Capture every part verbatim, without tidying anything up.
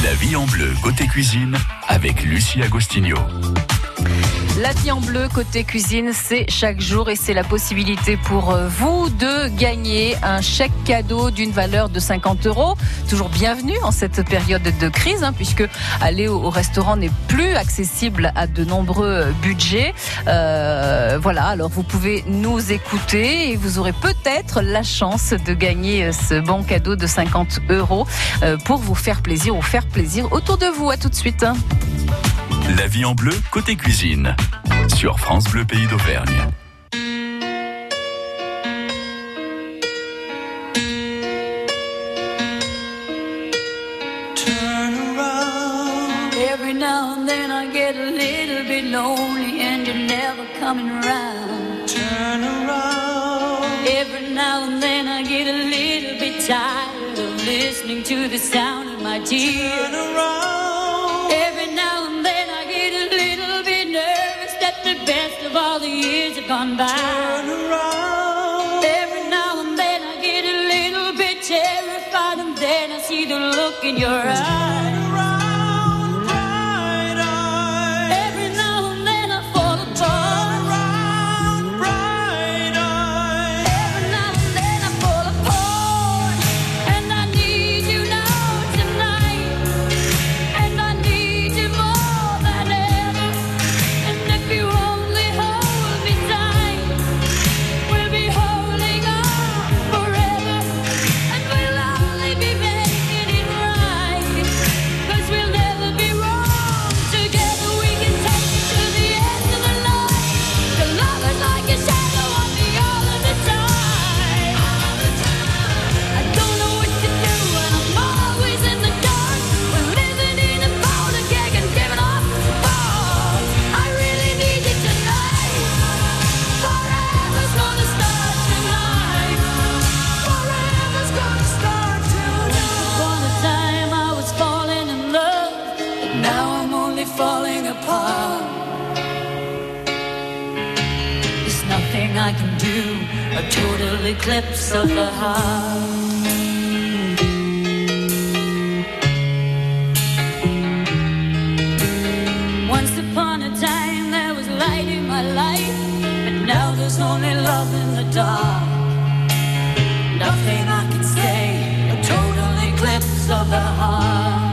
La vie en bleu côté cuisine avec Lucie Agostinho. La vie en bleu côté cuisine, c'est chaque jour et c'est la possibilité pour vous de gagner un chèque cadeau d'une valeur de cinquante euros. Toujours bienvenue en cette période de crise, hein, puisque aller au restaurant n'est plus accessible à de nombreux budgets. Euh, voilà, alors vous pouvez nous écouter et vous aurez peut-être la chance de gagner ce bon cadeau de cinquante euros pour vous faire plaisir ou faire plaisir autour de vous. À tout de suite. La vie en bleu côté cuisine sur France Bleu Pays d'Auvergne. Turn around. Every now and then I get a little bit lonely and you're never coming around. Turn around. Every now and then I get a little bit tired of listening to the sound of my tears. Turn around. Every now and then I get a little bit nervous that the best of all the years have gone by. Turn around. Every now and then I get a little bit terrified and then I see the look in your eyes. I can do a total eclipse of the heart. Once upon a time there was light in my life, but now there's only love in the dark. Nothing I can say, a total eclipse of the heart.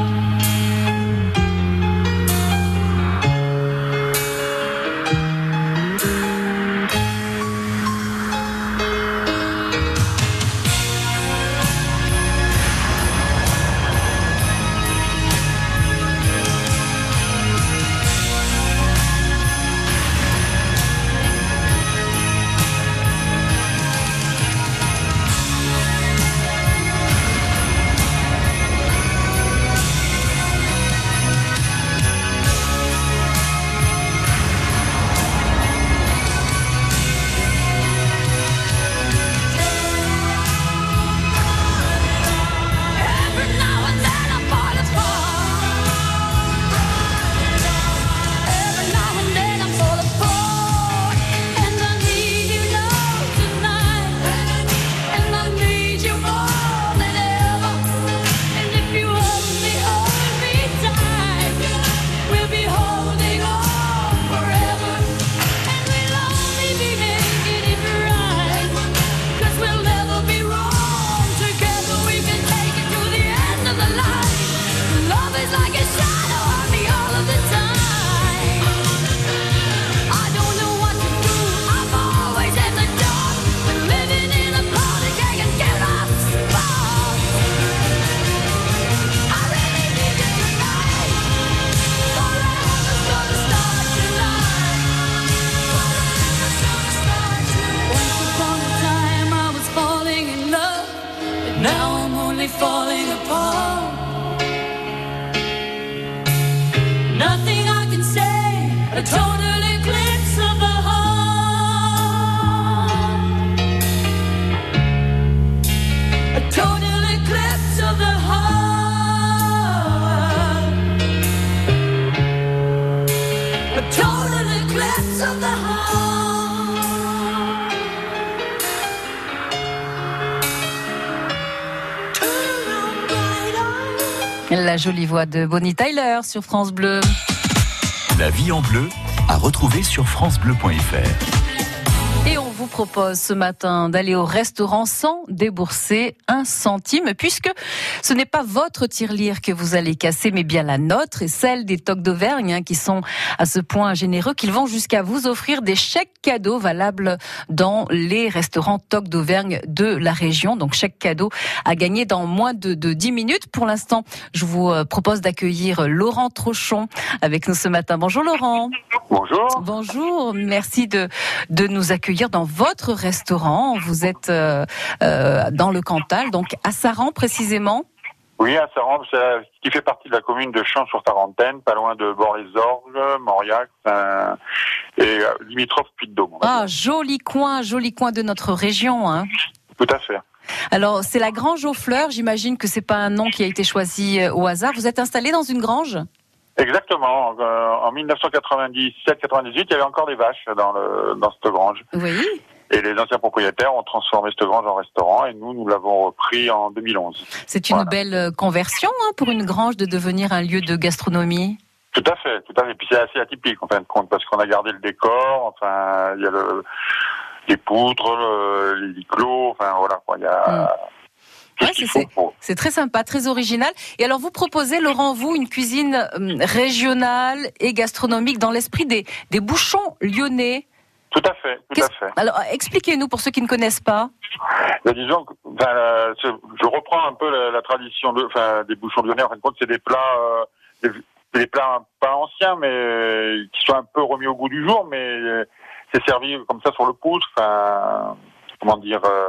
la jolie voix de Bonnie Tyler sur France Bleu. La vie en bleu, à retrouver sur francebleu point f r. Et on vous propose ce matin d'aller au restaurant sans débourser un centime, puisque ce n'est pas votre tirelire que vous allez casser, mais bien la nôtre et celle des Tocs d'Auvergne, hein, qui sont à ce point généreux qu'ils vont jusqu'à vous offrir des chèques cadeaux valables dans les restaurants Tocs d'Auvergne de la région. Donc chèque cadeau à gagner dans moins de, de dix minutes. Pour l'instant, je vous propose d'accueillir Laurent Trochon avec nous ce matin. Bonjour Laurent. Bonjour. Bonjour, merci de, de nous accueillir dans votre restaurant. Vous êtes euh, euh, dans le Cantal, donc à Saran précisément. Oui, à Saran, qui fait partie de la commune de Champs-sur-Tarentaine, pas loin de Bord-les-Orges, Mauriac, euh, et euh, limitrophe Puy-de-Dôme. Ah, joli coin, joli coin de notre région. Hein. Tout à fait. Alors, c'est la Grange aux Fleurs. J'imagine que c'est pas un nom qui a été choisi au hasard. Vous êtes installé dans une grange ? Exactement. Euh, en dix-neuf cent quatre-vingt-dix-sept quatre-vingt-dix-huit, il y avait encore des vaches dans, le, dans cette grange. Oui. Et les anciens propriétaires ont transformé cette grange en restaurant et nous, nous l'avons repris en deux mille onze. C'est une voilà. belle conversion hein, pour une grange de devenir un lieu de gastronomie. Tout à fait, tout à fait. Et puis c'est assez atypique en fin de compte parce qu'on a gardé le décor. Enfin, il y a le, les poutres, le, les lits clos. Enfin voilà, il y a. Mm. Ouais, c'est, c'est, c'est très sympa, très original. Et alors, vous proposez, Laurent, vous, une cuisine régionale et gastronomique dans l'esprit des, des bouchons lyonnais. Tout à fait, tout Qu'est-ce... à fait. Alors, expliquez-nous pour ceux qui ne connaissent pas. Ben, disons, enfin, je reprends un peu la, la tradition de, enfin, des bouchons lyonnais. En fin de compte, c'est des plats, euh, des, des plats pas anciens, mais qui sont un peu remis au goût du jour, mais c'est servi comme ça sur le pouce. Enfin, comment dire. Euh,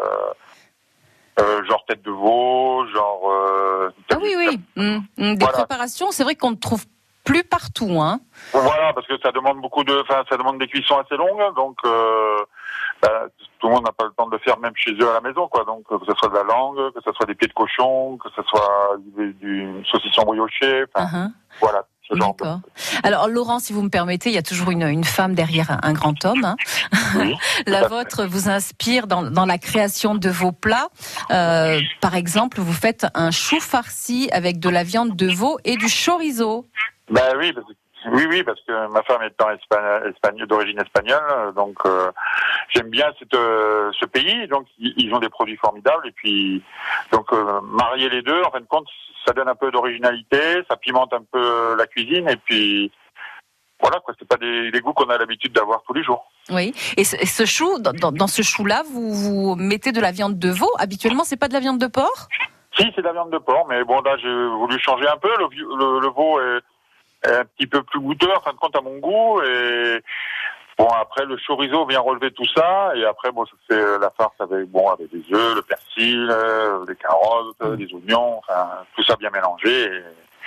Euh, genre tête de veau, genre... Euh, ah oui, oui, mmh, mmh, des voilà. préparations, c'est vrai qu'on ne trouve plus partout. Hein. Voilà, parce que ça demande beaucoup de... Enfin, ça demande des cuissons assez longues, donc euh, bah, tout le monde n'a pas le temps de le faire même chez eux à la maison, quoi. Donc que ce soit de la langue, que ce soit des pieds de cochon, que ce soit du, du saucisson brioché, enfin, uh-huh. voilà. D'accord. Alors Laurent, si vous me permettez, il y a toujours une, une femme derrière un, un grand homme. Hein. Oui, la vôtre vous inspire dans, dans la création de vos plats. Euh, par exemple, vous faites un chou farci avec de la viande de veau et du chorizo. Ben oui, parce que, oui, oui, parce que ma femme est espagnole, d'origine espagnole, donc euh, j'aime bien cette, euh, ce pays. Donc ils ont des produits formidables et puis donc euh, marier les deux, en fin de compte, ça donne un peu d'originalité, ça pimente un peu la cuisine et puis voilà quoi, c'est pas des, des goûts qu'on a l'habitude d'avoir tous les jours. Oui, et ce, et ce chou, dans, dans ce chou-là, vous, vous mettez de la viande de veau. Habituellement, c'est pas de la viande de porc ? Si, c'est de la viande de porc, mais bon là j'ai voulu changer un peu. Le, le, le veau est, est un petit peu plus goûteux, en fin de compte à mon goût et bon, après, le chorizo vient relever tout ça, et après, bon, je fais la farce avec, bon, avec des œufs, le persil, euh, des carottes, mmh. des oignons, enfin, tout ça bien mélangé, et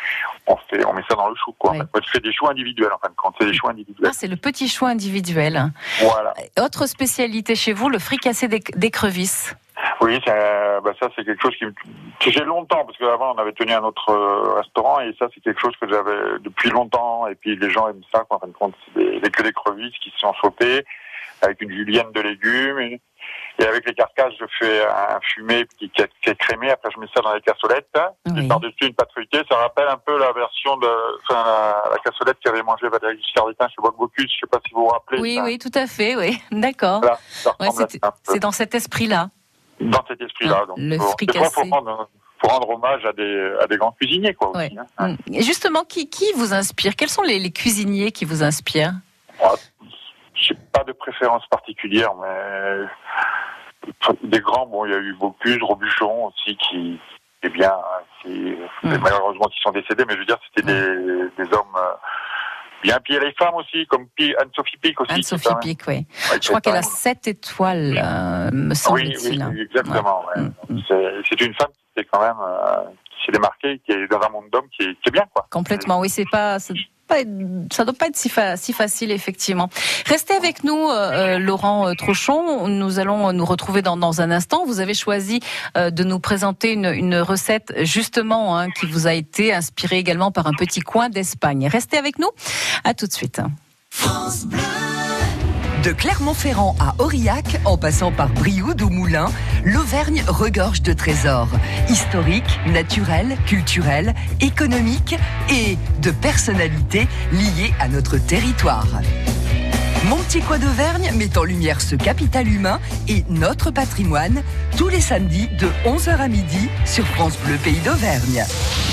on fait, on met ça dans le chou, quoi. Oui. En fait, je fais des choux individuels, en fin de compte, c'est des choux individuels. Ah, c'est le petit chou individuel. Voilà. Autre spécialité chez vous, le fricassé d'écrevisses. Oui, ça, bah ça c'est quelque chose qui me, que j'ai longtemps, parce qu'avant on avait tenu un autre euh, restaurant et ça c'est quelque chose que j'avais depuis longtemps et puis les gens aiment ça, quoi. En fin de compte, c'est des, des queues d'écrevisses qui sont sautées avec une julienne de légumes et, et avec les carcasses je fais un fumé qui, qui, qui est crémé, après je mets ça dans les cassolettes oui. et par-dessus une pâte feuilletée. Ça rappelle un peu la version de enfin, la, la cassolette qu'avait mangé Valéry Giscard d'Estaing chez Bois de Bocuse, je sais pas si vous vous rappelez. Oui, ça. oui, tout à fait, oui, d'accord. Voilà, ouais, c'est, c'est dans cet esprit-là. Dans cet esprit-là. Ah, donc, le pour, fricassé. Des fois, il faut rendre, faut rendre hommage à des, à des grands cuisiniers, quoi. Ouais. Aussi, hein. Et justement, qui, qui vous inspire ? Quels sont les, les cuisiniers qui vous inspirent ? Ouais, je n'ai pas de préférence particulière, mais des grands, bon, il y a eu Bocuse, Robuchon aussi, qui est bien, qui, mm. malheureusement, qui sont décédés, mais je veux dire, c'était mm. des, des hommes. Euh, Bien, puis il y a les femmes aussi, comme Anne-Sophie Pic aussi. Anne-Sophie Pic, oui. Ouais, je crois qu'elle a sept étoiles, euh, me semble-t-il. Oui, oui, exactement. Ouais. Ouais. C'est, c'est une femme qui est quand même, euh, qui s'est démarquée, qui est dans un monde d'hommes qui est, qui est bien, quoi. Complètement, oui, c'est pas, c'est pas, ça doit pas être si, fa- si facile, effectivement. Restez avec nous, euh, Laurent Trochon. Nous allons nous retrouver dans, dans un instant. Vous avez choisi euh, de nous présenter une, une recette, justement, hein, qui vous a été inspirée également par un petit coin d'Espagne. Restez avec nous. À tout de suite. France Bleu. De Clermont-Ferrand à Aurillac, en passant par Brioude ou Moulins, l'Auvergne regorge de trésors historiques, naturels, culturels, économiques et de personnalités liées à notre territoire. Mon petit coin d'Auvergne met en lumière ce capital humain et notre patrimoine tous les samedis de onze heures à midi sur France Bleu Pays d'Auvergne.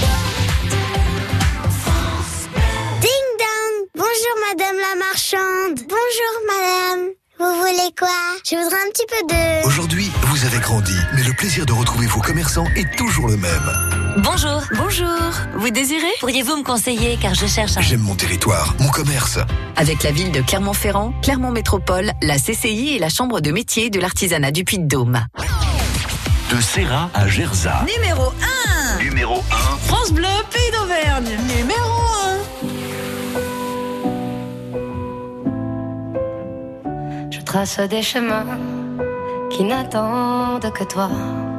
Bonjour madame la marchande. Bonjour madame. Vous voulez quoi? Je voudrais un petit peu de... Aujourd'hui, vous avez grandi, mais le plaisir de retrouver vos commerçants est toujours le même. Bonjour. Bonjour. Vous désirez? Pourriez-vous me conseiller car je cherche un... J'aime mon territoire, mon commerce. Avec la ville de Clermont-Ferrand, Clermont Métropole, la C C I et la Chambre de métier de l'artisanat du Puy-de-Dôme. De Serra à Gerza. Numéro un. Numéro un. France Bleu, Pays d'Auvergne. Numéro un. Trace des chemins qui n'attendent que toi.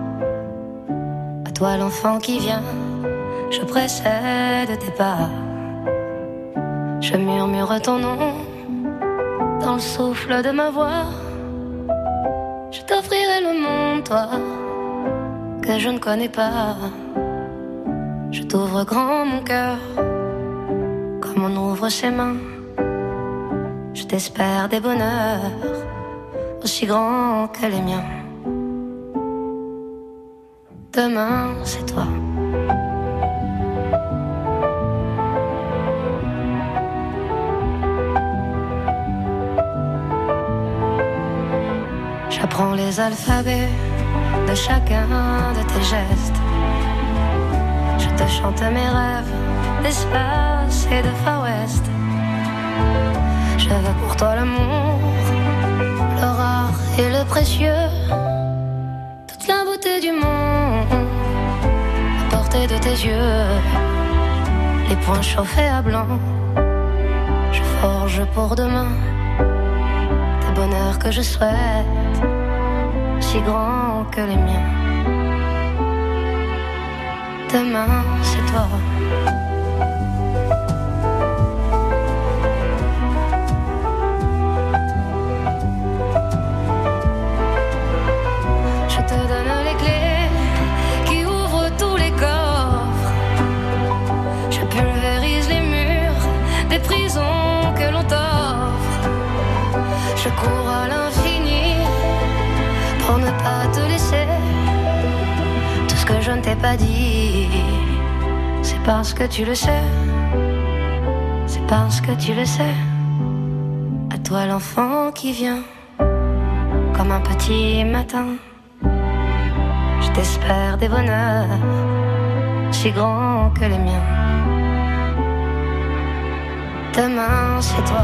À toi l'enfant qui vient, je précède tes pas. Je murmure ton nom dans le souffle de ma voix. Je t'offrirai le monde, toi, que je ne connais pas. Je t'ouvre grand mon cœur, comme on ouvre ses mains. Je t'espère des bonheurs aussi grands que les miens. Demain, c'est toi. J'apprends les alphabets de chacun de tes gestes. Je te chante mes rêves d'espace et de Far West. Je veux pour toi l'amour, le rare et le précieux, toute la beauté du monde, à portée de tes yeux, les poings chauffés à blanc. Je forge pour demain des bonheurs que je souhaite, si grands que les miens. Demain, c'est toi. Des prisons que l'on t'offre, je cours à l'infini pour ne pas te laisser. Tout ce que je ne t'ai pas dit, c'est parce que tu le sais. C'est parce que tu le sais. À toi l'enfant qui vient, comme un petit matin. Je t'espère des bonheurs si grands que les miens. Demain, c'est toi.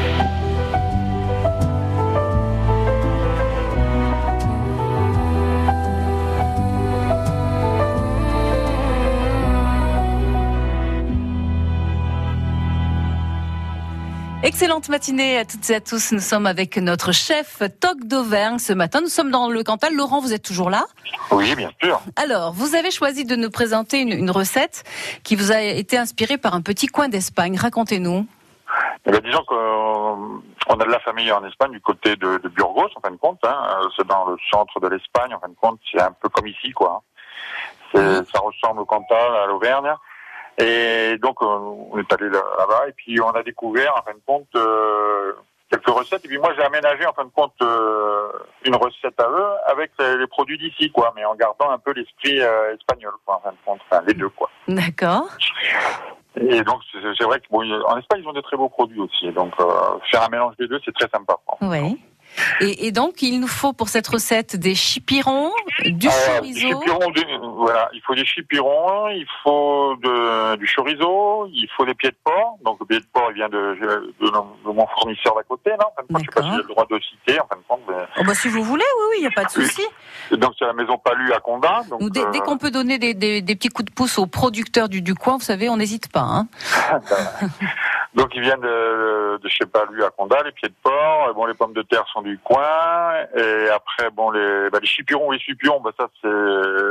Excellente matinée à toutes et à tous. Nous sommes avec notre chef Toc d'Auvergne ce matin. Nous sommes dans le Cantal. Laurent, vous êtes toujours là? Oui, bien sûr. Alors, vous avez choisi de nous présenter une, une recette qui vous a été inspirée par un petit coin d'Espagne. Racontez-nous. Eh bien, disons qu'on a de la famille en Espagne du côté de, de Burgos, en fin de compte. Hein. C'est dans le centre de l'Espagne, en fin de compte. C'est un peu comme ici, quoi. C'est, ça ressemble au Cantal, à l'Auvergne. Et donc, on est allé là-bas et puis on a découvert, en fin de compte, euh, quelques recettes. Et puis moi, j'ai aménagé, en fin de compte, euh, une recette à eux avec les, les produits d'ici, quoi, mais en gardant un peu l'esprit euh, espagnol, quoi, en fin de compte. Enfin, les deux, quoi. D'accord. Et donc, c'est, c'est vrai qu'en bon, Espagne, ils ont de très beaux produits aussi. Donc, euh, faire un mélange des deux, c'est très sympa. Oui. Et, et donc, il nous faut pour cette recette des chipirons, du ah, chorizo. Des chipirons, des, voilà, il faut des chipirons, il faut de, du chorizo, il faut des pieds de porc. Donc, le pied de porc, il vient de, de, de, de mon fournisseur d'à côté, là. En fin de compte, je sais pas si j'ai le droit de citer, en fin de compte. Mais... Oh bah, si vous voulez, oui, oui, il n'y a pas de souci. Oui. Donc, c'est la maison Palu à Condat. Donc, Ou dès, euh... dès qu'on peut donner des, des, des petits coups de pouce aux producteurs du, du coin, vous savez, on n'hésite pas, hein. Donc, ils viennent de, de chez Palu à Condat, les pieds de porc. Et bon, les pommes de terre sont du coin. Et après, bon, les, bah, les chipirons, les chipirons, bah, ça, c'est,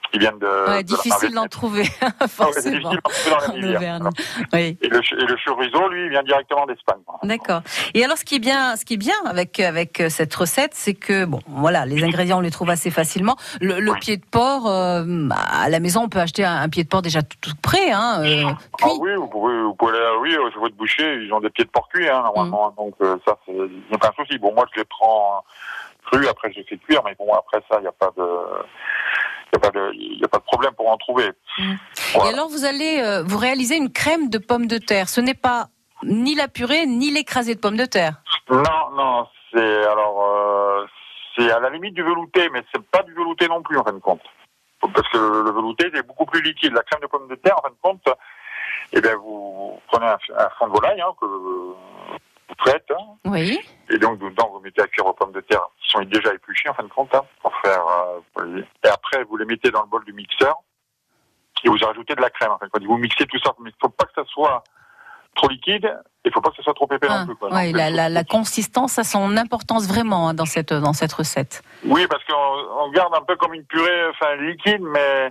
qui viennent de. Ouais, de difficile d'en trouver, forcément. Ouais, c'est difficile d'en trouver dans la rivière. Auvergne. Oui. Et le, et le chorizo, lui, il vient directement d'Espagne. D'accord. Et alors, ce qui est bien, ce qui est bien avec avec cette recette, c'est que bon, voilà, les ingrédients on les trouve assez facilement. Le, le oui. pied de porc, euh, à la maison, on peut acheter un, un pied de porc déjà tout, tout prêt, hein, euh, cuit. Ah oui, vous pouvez, vous pouvez aller, oui, chez votre boucher, ils ont des pieds de porc cuits, hein, normalement. Mm. Donc euh, ça, c'est aucun souci. Bon, moi, je les prends crus, après je les fais cuire, mais bon, après ça, il n'y a pas de. Il n'y a, a pas de problème pour en trouver. Mmh. Voilà. Et alors, vous allez euh, vous réaliser une crème de pommes de terre. Ce n'est pas ni la purée, ni l'écrasé de pommes de terre. Non, non, c'est alors euh, c'est à la limite du velouté, mais c'est pas du velouté non plus en fin de compte. Parce que le, le velouté est beaucoup plus liquide. La crème de pommes de terre, en fin de compte, eh bien, vous prenez un, un fond de volaille hein, que vous faites. Hein, oui. Et donc, dedans, vous mettez à cuire vos pommes de terre qui sont déjà épluchées, en fin de compte, hein, pour faire... Euh, et après, vous les mettez dans le bol du mixeur et vous rajoutez de la crème, en fin de compte. Vous mixez tout ça, mais il ne faut pas que ça soit trop liquide et il ne faut pas que ça soit trop épais ah, non plus. Quoi. Oui, la, la, la consistance a son importance vraiment hein, dans, cette, dans cette recette. Oui, parce qu'on on garde un peu comme une purée enfin, liquide, mais...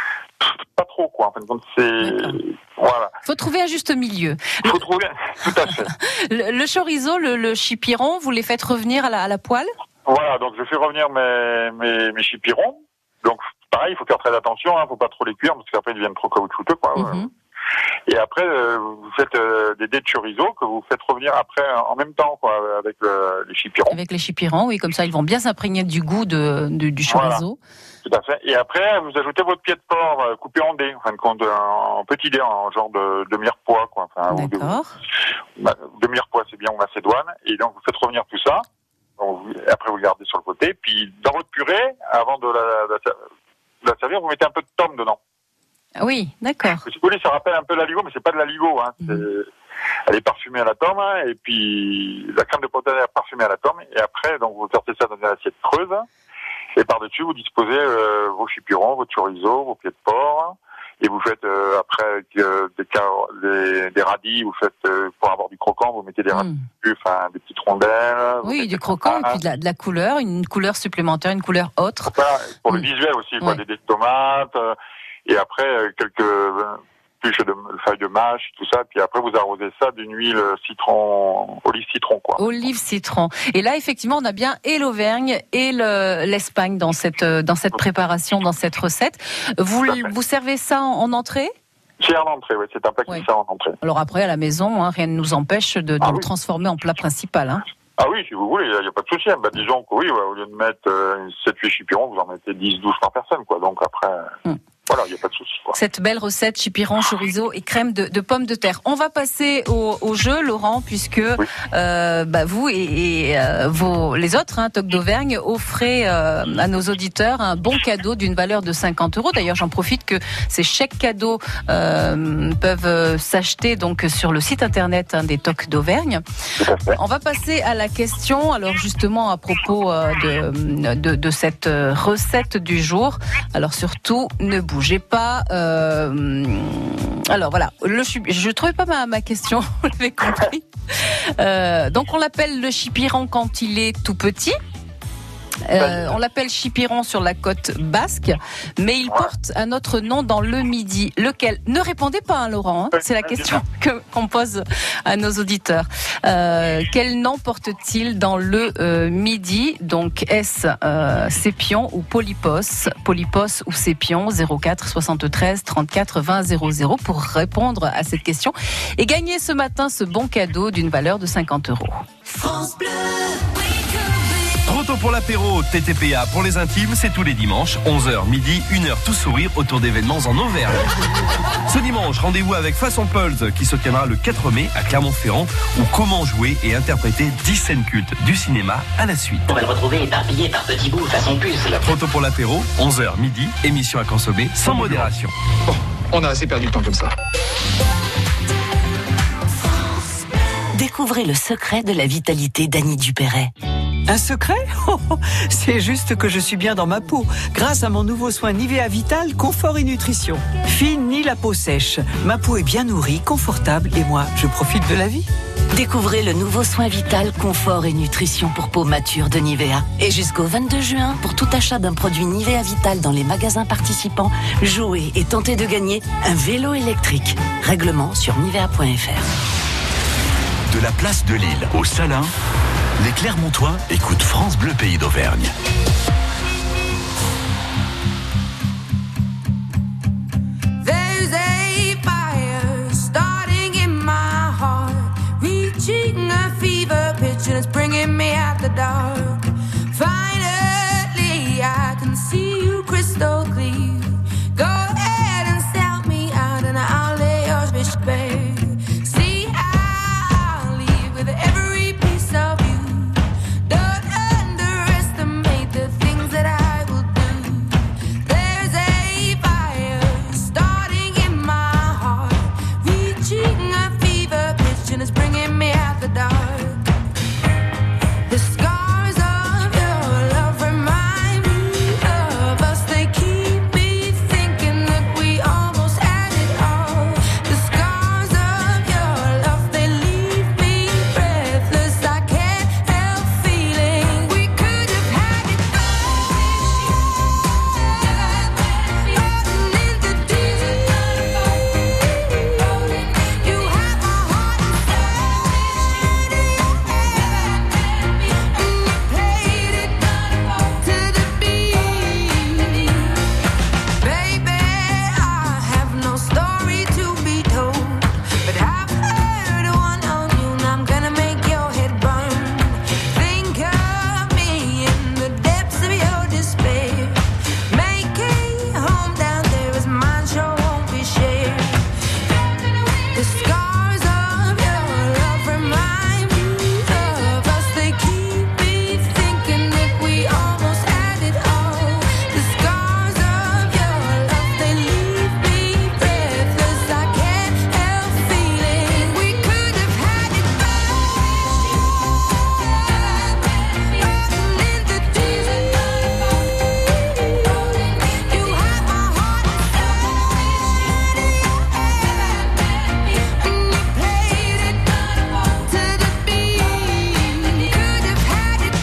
pas trop quoi en fin de compte c'est voilà. Faut trouver un juste milieu. Il faut trouver tout à fait. le, le chorizo, le, le chipiron, vous les faites revenir à la, à la poêle. Voilà, donc je fais revenir mes mes, mes chipirons. Donc pareil, il faut faire très attention, hein, faut pas trop les cuire parce qu'après ils deviennent trop caoutchouteux quoi. Mm-hmm. Et après euh, vous faites euh, des dés de chorizo que vous faites revenir après en même temps quoi avec le, les chipirons. Avec les chipirons, oui, comme ça ils vont bien s'imprégner du goût de, de du chorizo. Voilà. Tout à fait. Et après, vous ajoutez votre pied de porc euh, coupé en dés, en fin de compte, en petits dés, en genre de demi-poids, quoi. Enfin, d'accord. Bah, demi-poids, c'est bien, ou macédoine. Et donc, vous faites revenir tout ça. Donc, vous, après, vous le gardez sur le côté. Puis, dans votre purée, avant de la, la, la servir, vous mettez un peu de tome dedans. Ah oui, d'accord. Si vous voulez, ça rappelle un peu l'aligot, mais c'est pas de l'aligot, hein. Mmh. C'est, elle est parfumée à la tome, hein, et puis la crème de pommes de terre est parfumée à la tome. Et après, donc, vous sortez ça dans une assiette creuse. Et par-dessus, vous disposez euh, vos chipirons, votre chorizo, vos pieds de porc. Et vous faites, euh, après, euh, des, car- des, des radis, vous faites, euh, pour avoir du croquant, vous mettez des radis, mmh. enfin, des petites rondelles. Oui, du croquant, et puis de la, de la couleur, une couleur supplémentaire, une couleur autre. Voilà, pour mmh. le visuel aussi, quoi, ouais. des, des tomates. Euh, et après, euh, quelques... Euh, de feuilles de mâche, tout ça, puis après vous arrosez ça d'une huile citron, olive citron quoi. Olive citron. Et là effectivement on a bien et l'Auvergne et le, l'Espagne dans cette dans cette préparation, dans cette recette. Vous vous servez ça en, en entrée? C'est en entrée, oui, c'est un plat qui oui. sert en entrée. Alors après à la maison, hein, rien ne nous empêche de, de ah, le oui. transformer en plat principal. Hein. Ah oui, si vous voulez, il n'y a, a pas de souci. Bah, disons que oui, ouais, au lieu de mettre euh, sept huit chipirons, vous en mettez dix douze par personne, quoi. Donc après. Hum. Voilà, il n'y a pas de souci. Quoi. Cette belle recette, chipiron, chorizo et crème de, de pommes de terre. On va passer au, au jeu, Laurent, puisque oui. euh, bah, vous et, et euh, vos, les autres, hein, Toc d'Auvergne, offrez euh, à nos auditeurs un bon cadeau d'une valeur de cinquante euros. D'ailleurs, j'en profite que ces chèques cadeaux euh, peuvent s'acheter donc sur le site internet hein, des Toc d'Auvergne. On va passer à la question, alors justement à propos euh, de, de, de cette recette du jour. Alors surtout, ne bougez Bougez pas. Euh, alors voilà, le, je ne trouvais pas ma, ma question, vous l'avez compris. Euh, donc on l'appelle le chipiron quand il est tout petit. Euh, on l'appelle chipiron sur la côte basque, mais il porte un autre nom dans le Midi. Lequel? Ne répondez pas, hein, Laurent. Hein, c'est la question que, qu'on pose à nos auditeurs. Euh, quel nom porte-t-il dans le euh, Midi? Donc, est-ce euh, sépion ou polypos? Polypos ou sépion? zéro quatre soixante-treize trente-quatre vingt zéro zéro pour répondre à cette question et gagner ce matin ce bon cadeau d'une valeur de cinquante euros. France Bleu. Trop tôt pour l'apéro, T T P A pour les intimes, c'est tous les dimanches, onze heures midi, une heure tout sourire autour d'événements en Auvergne. Ce dimanche, rendez-vous avec Façon Pulse qui se tiendra le quatre mai à Clermont-Ferrand où comment jouer et interpréter dix scènes cultes du cinéma à la suite. On va le retrouver éparpillé par petits bouts Façon Pulse. Trop tôt pour l'apéro, onze heures midi, émission à consommer sans modération. Bon, on a assez perdu de temps comme ça. Découvrez le secret de la vitalité d'Annie Dupéret. Un secret? C'est juste que je suis bien dans ma peau, grâce à mon nouveau soin Nivea Vital Confort et Nutrition. Fine ni la peau sèche, ma peau est bien nourrie, confortable et moi, je profite de la vie. Découvrez le nouveau soin vital, confort et nutrition pour peau mature de Nivea. Et jusqu'au vingt-deux juin, pour tout achat d'un produit Nivea Vital dans les magasins participants, jouez et tentez de gagner un vélo électrique. Règlement sur nivea point f r. De la place de Lille au Salin, les Clermontois écoutent France Bleu Pays d'Auvergne. There's a fire starting in my heart, reaching a fever pitch and it's bringing me out the dark. Finally, I can see you crystal clear. Go ahead and sell me out and I'll lay your bitch bare. See, I'll leave with every piece of you. Don't underestimate the things that I will do. There's a fire starting in my heart, reaching a fever pitch and it's bringing me out the dark. The scars of your love remind me of us. They keep me thinking that we almost had it all. The scars of your love, they leave me breathless. I can't help feeling we could have had it all. Floating in the deep. You have my heart inside of your hand, and you played it to the beat. Baby, I have no story to be told, but I've heard one on you and I'm gonna make your head burn. Think of me in the depths of your despair. Make a home down there as mine sure won't be shared. The scars of your love remind me of us. They keep me thinking that we almost had it all. The scars of your love, they leave me breathless. I can't help feeling we could have had it all. Floating in the deep. You have my heart inside of your hand, and you played it to the beat. Could have had it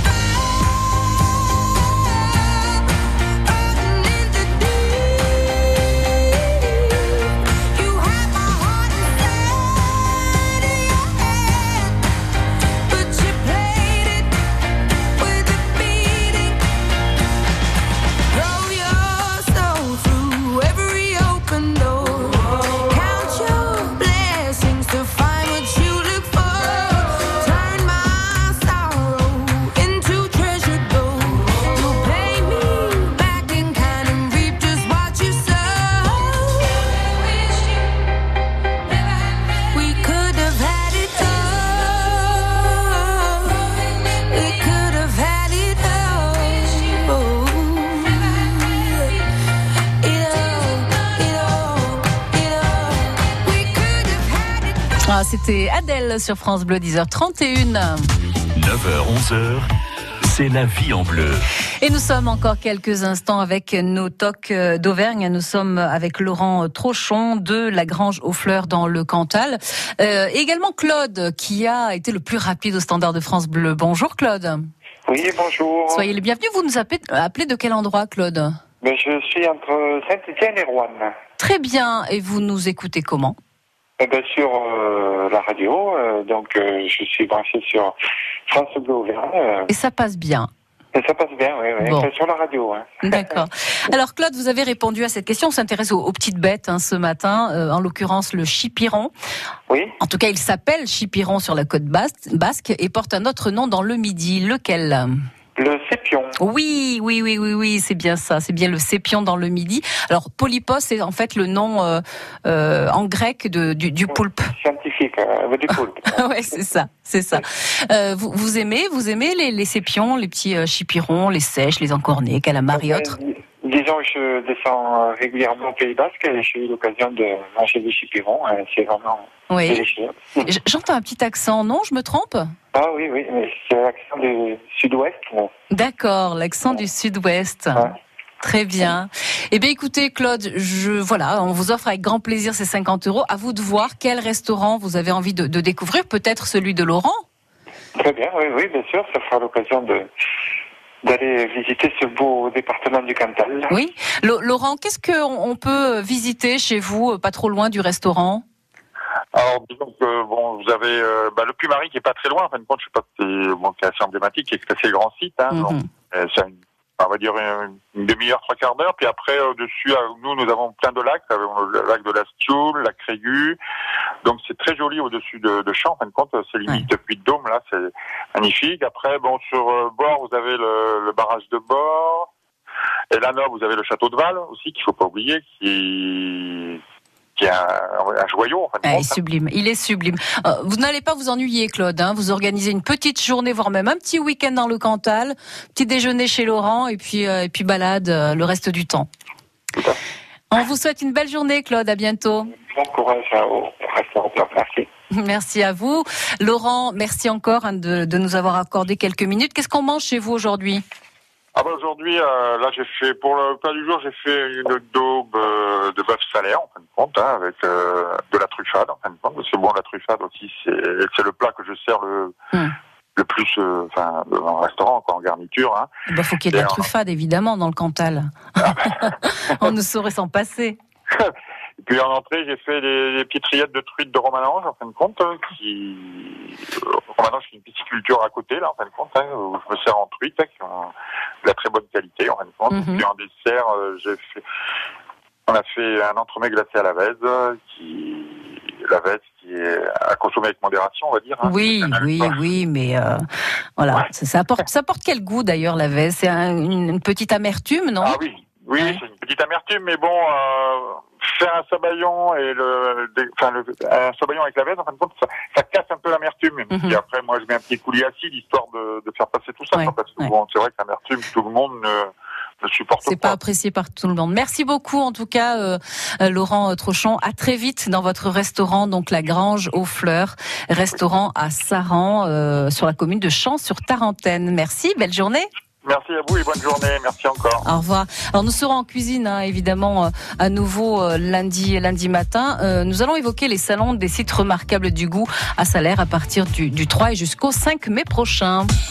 Ah, c'était Adèle sur France Bleu, dix heures trente et une. neuf heures, onze heures, c'est la vie en bleu. Et nous sommes encore quelques instants avec nos tocs d'Auvergne. Nous sommes avec Laurent Trochon de la Grange aux Fleurs dans le Cantal. Euh, également Claude qui a été le plus rapide au Standard de France Bleu. Bonjour Claude. Oui, bonjour. Soyez les bienvenus. Vous nous appelez, appelez de quel endroit Claude? Mais je suis entre Saint-Étienne et Roanne. Très bien. Et vous nous écoutez comment? Eh bien, sur euh, la radio, euh, donc euh, je suis branché sur France Bleu Auvergne. Euh, Et ça passe bien? Et ça passe bien, oui, oui. Bon. C'est sur la radio. Hein. D'accord. Alors Claude, vous avez répondu à cette question. On s'intéresse aux, aux petites bêtes hein, ce matin, euh, en l'occurrence le chipiron. Oui. En tout cas, il s'appelle chipiron sur la côte basque, basque et porte un autre nom dans le Midi. Lequel? Le sépion. Oui, oui, oui, oui, oui, c'est bien ça. C'est bien le sépion dans le Midi. Alors, polypos, c'est en fait le nom euh, euh, en grec de, du, du poulpe. Scientifique, euh, du poulpe. Ouais, c'est ça, c'est ça. Euh, vous, vous aimez, vous aimez les, les sépions, les petits euh, chipirons, les sèches, les encornés, calamars et autres? Disons que je descends régulièrement au Pays Basque et j'ai eu l'occasion de manger des chipirons. C'est vraiment oui. délicieux. J'entends un petit accent, non? Je me trompe? Ah oui, oui, mais c'est l'accent du sud-ouest. D'accord, l'accent du sud-ouest. Ouais. Très bien. Eh bien, écoutez, Claude, je, voilà, on vous offre avec grand plaisir ces cinquante euros. À vous de voir quel restaurant vous avez envie de, de découvrir. Peut-être celui de Laurent. Très bien, oui, oui, bien sûr. Ça fera l'occasion de, d'aller visiter ce beau département du Cantal. Oui. L- Laurent, qu'est-ce qu'on peut visiter chez vous, pas trop loin du restaurant? Alors, disons que, bon, vous avez euh, bah, le Puy-Marie qui est pas très loin, en fin de compte, je sais pas, c'est, bon, qui est assez emblématique, qui est assez grand site, hein, mm-hmm. donc, euh, c'est une, on va dire une, une demi-heure, trois quarts d'heure, puis après, au-dessus, nous, nous avons plein de lacs, nous avons le lac de la Stioule, le lac Régu, donc c'est très joli au-dessus de, de Champs, en fin de compte, c'est limite ouais. Puy de Dôme, là, c'est magnifique. Après, bon, sur euh, bord, vous avez le, le barrage de Bord, et là, nord, vous avez le château de Val, aussi, qu'il faut pas oublier, qui... qui est un, un joyau. En fin de ah, compte. Il est sublime, il est sublime. Euh, vous n'allez pas vous ennuyer, Claude. Hein, vous organisez une petite journée, voire même un petit week-end dans le Cantal, petit déjeuner chez Laurent et puis euh, et puis balade euh, le reste du temps. On vous souhaite une belle journée, Claude. À bientôt. Bon courage au restaurant. Merci. Merci à vous, Laurent. Merci encore hein, de, de nous avoir accordé quelques minutes. Qu'est-ce qu'on mange chez vous aujourd'hui? Ah bah aujourd'hui, euh, là j'ai fait, pour le plat du jour, j'ai fait une daube euh, de bœuf salaire, en fin de compte, hein, avec euh, de la truffade, en fin de compte. Parce que bon, la truffade aussi, c'est, c'est le plat que je sers le, mm. le plus, euh, enfin, dans le restaurant, quoi, en garniture. Hein. Bah, faut qu'il y ait de la truffade, évidemment, dans le Cantal. Ah bah. On ne saurait s'en passer. Et puis en entrée, j'ai fait des, des petites rillettes de truites de Romanange, en fin de compte, qui... Romanange, c'est une pisciculture à côté, là, en fin de compte, hein, où je me sers en truites, hein, qui ont de la très bonne qualité, en fin de compte. Mm-hmm. Puis en dessert, euh, j'ai fait... On a fait un entremets glacé à la vèze, qui... La vèze qui est à consommer avec modération, on va dire. Hein. Oui, oui, pas. oui, mais euh, voilà. Ouais. Ça, ça, apporte, ça apporte quel goût, d'ailleurs, la vèze? C'est un, une, une petite amertume, non? Ah oui, oui, ouais. C'est une petite amertume, mais bon... Euh... Faire un sabayon et le, enfin le, un sabayon avec la vèze, en fin de compte, ça, ça casse un peu l'amertume. Mm-hmm. Et après, moi, je mets un petit coulis acide histoire de, de faire passer tout ça. Ouais, parce que ouais. bon, c'est vrai que l'amertume, tout le monde ne, ne supporte pas. C'est pas apprécié par tout le monde. Merci beaucoup, en tout cas, euh, Laurent Trochon. À très vite dans votre restaurant, donc la Grange aux Fleurs, restaurant à Saran, euh, sur la commune de Champs-sur-Tarentaine. Merci, belle journée. Merci à vous et bonne journée. Merci encore. Au revoir. Alors nous serons en cuisine, hein, évidemment, euh, à nouveau euh, lundi, lundi matin. Euh, nous allons évoquer les salons des sites remarquables du goût à Salers à partir du, du trois et jusqu'au cinq mai prochain.